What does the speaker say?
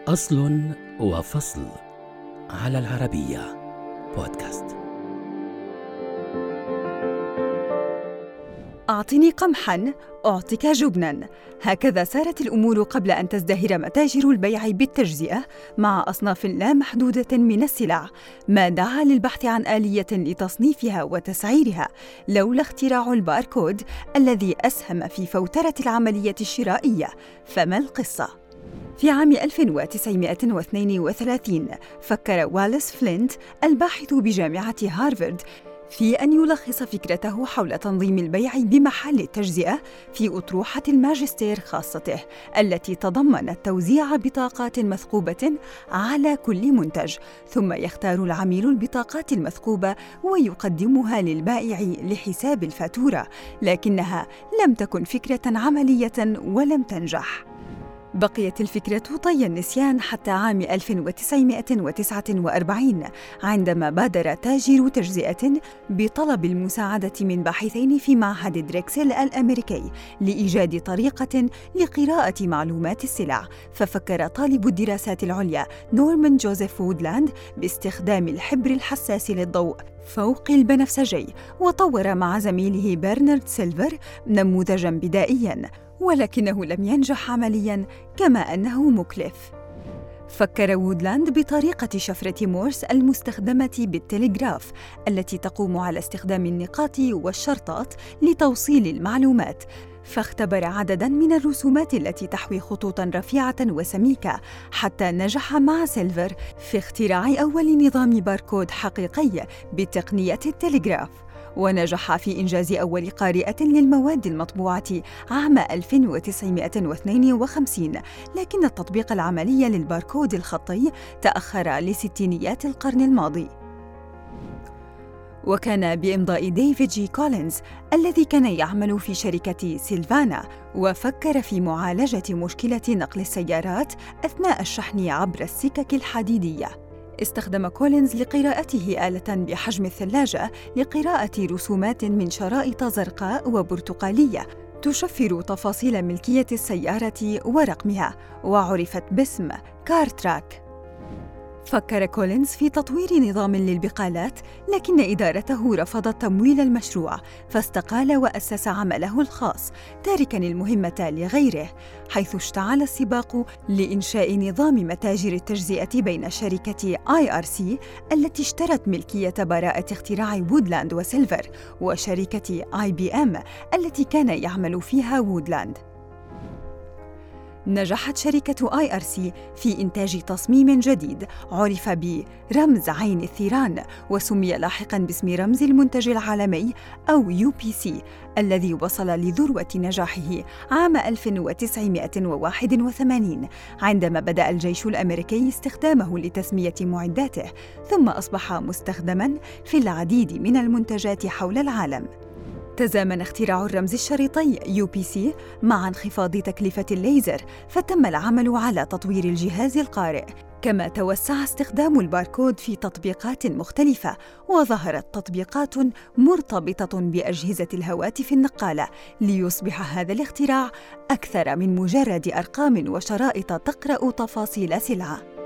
أصل وفصل على العربية بودكاست. أعطني قمحاً أعطك جبناً. هكذا سارت الأمور قبل أن تزدهر متاجر البيع بالتجزئة مع أصناف لا محدودة من السلع، ما دعا للبحث عن آلية لتصنيفها وتسعيرها لولا اختراع الباركود الذي أسهم في فوترة العملية الشرائية. فما القصة؟ في عام 1932 فكر واليس فلينت الباحث بجامعة هارفارد في أن يلخص فكرته حول تنظيم البيع بمحل التجزئة في أطروحة الماجستير خاصته، التي تضمنت توزيع بطاقات مثقوبة على كل منتج، ثم يختار العميل البطاقات المثقوبة ويقدمها للبائع لحساب الفاتورة، لكنها لم تكن فكرة عملية ولم تنجح. بقيت الفكرة طي النسيان حتى عام 1949 عندما بادر تاجر تجزئة بطلب المساعدة من باحثين في معهد دريكسل الأمريكي لإيجاد طريقة لقراءة معلومات السلع. ففكر طالب الدراسات العليا نورمان جوزيف وودلاند باستخدام الحبر الحساس للضوء فوق البنفسجي، وطور مع زميله برنارد سيلفر نموذجاً بدائياً، ولكنه لم ينجح عملياً كما أنه مكلف. فكر وودلاند بطريقة شفرة مورس المستخدمة بالتلغراف التي تقوم على استخدام النقاط والشرطات لتوصيل المعلومات، فاختبر عدداً من الرسومات التي تحوي خطوطاً رفيعة وسميكة حتى نجح مع سيلفر في اختراع أول نظام باركود حقيقي بتقنية التلغراف، ونجح في إنجاز أول قارئة للمواد المطبوعة عام 1952، لكن التطبيق العملي للباركود الخطي تأخر لستينيات القرن الماضي. وكان بإمضاء ديفيد جي كولينز الذي كان يعمل في شركة سيلفانا، وفكر في معالجة مشكلة نقل السيارات أثناء الشحن عبر السكك الحديدية. استخدم كولينز لقراءته آلة بحجم الثلاجة لقراءة رسومات من شرائط زرقاء وبرتقالية تشفر تفاصيل ملكية السيارة ورقمها، وعرفت باسم كارتراك. فكر كولينز في تطوير نظام للبقالات، لكن إدارته رفضت تمويل المشروع، فاستقال وأسس عمله الخاص تاركاً المهمة لغيره، حيث اشتعل السباق لإنشاء نظام متاجر التجزئة بين شركة IRC التي اشترت ملكية براءة اختراع وودلاند وسيلفر، وشركة IBM التي كان يعمل فيها وودلاند. نجحت شركة IRC في إنتاج تصميم جديد عرف برمز عين الثيران، وسمي لاحقاً باسم رمز المنتج العالمي أو UPC، الذي وصل لذروة نجاحه عام 1981 عندما بدأ الجيش الأمريكي استخدامه لتسمية معداته، ثم أصبح مستخدماً في العديد من المنتجات حول العالم. تزامن اختراع الرمز الشريطي UPC مع انخفاض تكلفة الليزر، فتم العمل على تطوير الجهاز القارئ، كما توسع استخدام الباركود في تطبيقات مختلفة، وظهرت تطبيقات مرتبطة بأجهزة الهواتف النقالة، ليصبح هذا الاختراع أكثر من مجرد أرقام وشرائط تقرأ تفاصيل سلعة.